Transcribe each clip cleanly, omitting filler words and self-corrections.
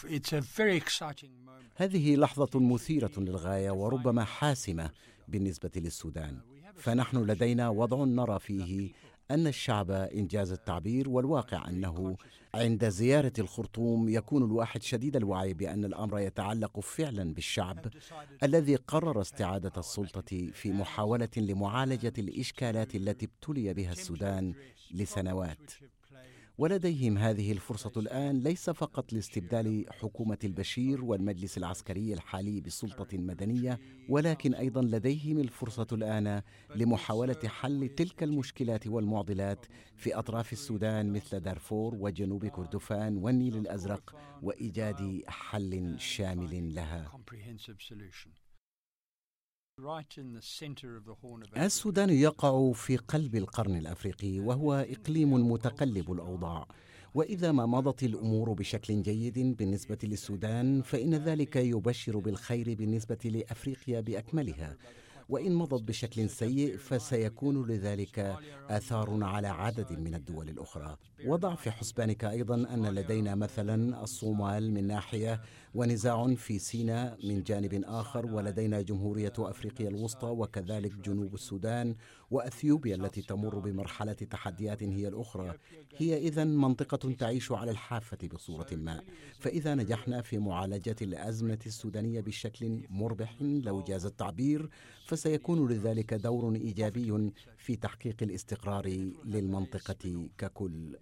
هذه لحظة مثيرة للغاية وربما حاسمة بالنسبة للسودان، فنحن لدينا وضع نرى فيه أن الشعب إنجاز التعبير، والواقع أنه عند زيارة الخرطوم يكون الواحد شديد الوعي بأن الأمر يتعلق فعلا بالشعب الذي قرر استعادة السلطة في محاولة لمعالجة الإشكالات التي ابتلي بها السودان لسنوات. ولديهم هذه الفرصة الآن ليس فقط لاستبدال حكومة البشير والمجلس العسكري الحالي بسلطة مدنية، ولكن أيضا لديهم الفرصة الآن لمحاولة حل تلك المشكلات والمعضلات في أطراف السودان مثل دارفور وجنوب كردفان والنيل الأزرق، وإيجاد حل شامل لها. السودان يقع في قلب القرن الأفريقي، وهو إقليم متقلب الأوضاع، وإذا ما مضت الأمور بشكل جيد بالنسبة للسودان فإن ذلك يبشر بالخير بالنسبة لأفريقيا بأكملها، وإن مضت بشكل سيء فسيكون لذلك آثار على عدد من الدول الأخرى. وضع في حسبانك أيضا أن لدينا مثلا الصومال من ناحية، ونزاع في سيناء من جانب آخر، ولدينا جمهورية أفريقيا الوسطى وكذلك جنوب السودان وأثيوبيا التي تمر بمرحلة تحديات هي الأخرى. هي إذن منطقة تعيش على الحافة بصورة ما، فإذا نجحنا في معالجة الأزمة السودانية بشكل مربح لو جاز التعبير فسيكون لذلك دور إيجابي في تحقيق الاستقرار للمنطقة ككل.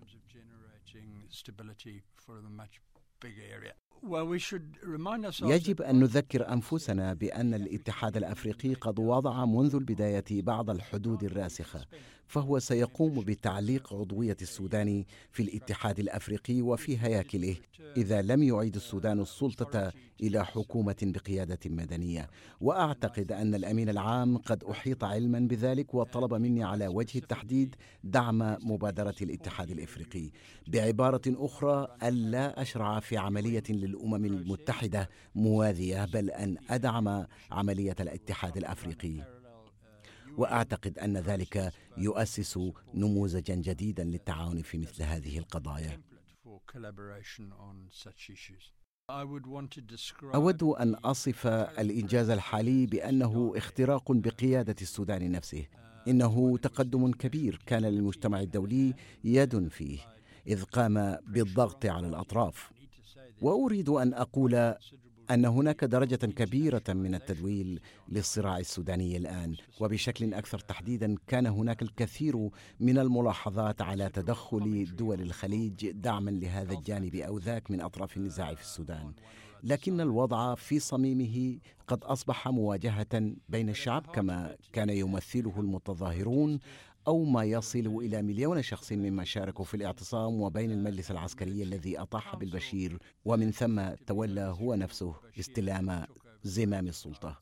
يجب أن نذكر أنفسنا بأن الاتحاد الأفريقي قد وضع منذ البداية بعض الحدود الراسخة، فهو سيقوم بتعليق عضوية السودان في الاتحاد الأفريقي وفي هياكله إذا لم يعيد السودان السلطة إلى حكومة بقيادة مدنية. وأعتقد أن الأمين العام قد أحيط علما بذلك، وطلب مني على وجه التحديد دعم مبادرة الاتحاد الأفريقي، بعبارة أخرى ألا أشرع في عملية للأمم المتحدة موازية، بل أن أدعم عملية الاتحاد الأفريقي. وأعتقد أن ذلك يؤسس نموذجا جديدا للتعاون في مثل هذه القضايا. أود أن أصف الإنجاز الحالي بأنه اختراق بقيادة السودان نفسه. إنه تقدم كبير كان للمجتمع الدولي يد فيه، إذ قام بالضغط على الأطراف. وأريد أن أقول أن هناك درجة كبيرة من التدويل للصراع السوداني الآن، وبشكل أكثر تحديدا كان هناك الكثير من الملاحظات على تدخل دول الخليج دعما لهذا الجانب أو ذاك من أطراف النزاع في السودان، لكن الوضع في صميمه قد أصبح مواجهة بين الشعب كما كان يمثله المتظاهرون أو ما يصل إلى 1,000,000 شخص ممن شاركوا في الاعتصام، وبين المجلس العسكري الذي أطاح بالبشير ومن ثم تولى هو نفسه استلام زمام السلطة.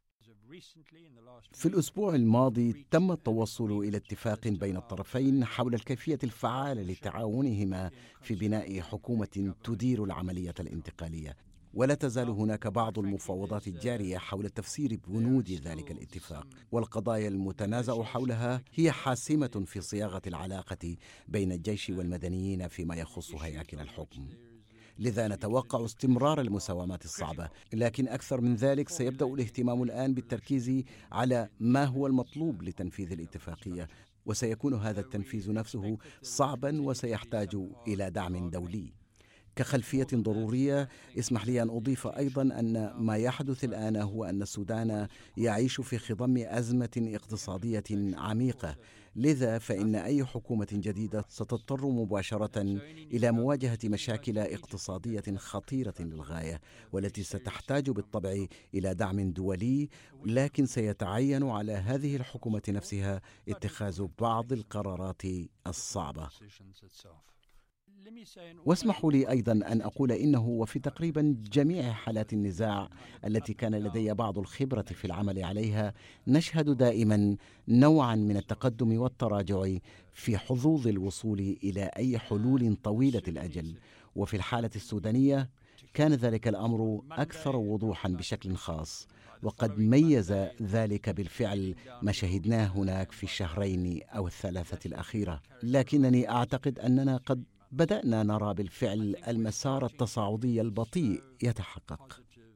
في الأسبوع الماضي تم التوصل إلى اتفاق بين الطرفين حول الكيفية الفعالة لتعاونهما في بناء حكومة تدير العملية الانتقالية، ولا تزال هناك بعض المفاوضات الجارية حول تفسير بنود ذلك الاتفاق، والقضايا المتنازع حولها هي حاسمة في صياغة العلاقة بين الجيش والمدنيين فيما يخص هياكل الحكم. لذا نتوقع استمرار المساومات الصعبة، لكن أكثر من ذلك سيبدأ الاهتمام الآن بالتركيز على ما هو المطلوب لتنفيذ الاتفاقية، وسيكون هذا التنفيذ نفسه صعبا وسيحتاج إلى دعم دولي. كخلفية ضرورية اسمح لي أن أضيف أيضا أن ما يحدث الآن هو أن السودان يعيش في خضم أزمة اقتصادية عميقة، لذا فإن أي حكومة جديدة ستضطر مباشرة إلى مواجهة مشاكل اقتصادية خطيرة للغاية، والتي ستحتاج بالطبع إلى دعم دولي، لكن سيتعين على هذه الحكومة نفسها اتخاذ بعض القرارات الصعبة. واسمحوا لي أيضا أن أقول إنه وفي تقريبا جميع حالات النزاع التي كان لدي بعض الخبرة في العمل عليها، نشهد دائما نوعا من التقدم والتراجع في حظوظ الوصول إلى أي حلول طويلة الأجل، وفي الحالة السودانية كان ذلك الأمر أكثر وضوحا بشكل خاص، وقد ميز ذلك بالفعل ما شهدناه هناك في الشهرين أو الثلاثة الأخيرة. لكنني أعتقد أننا قد بدأنا نرى بالفعل المسار التصاعدي البطيء يتحقق.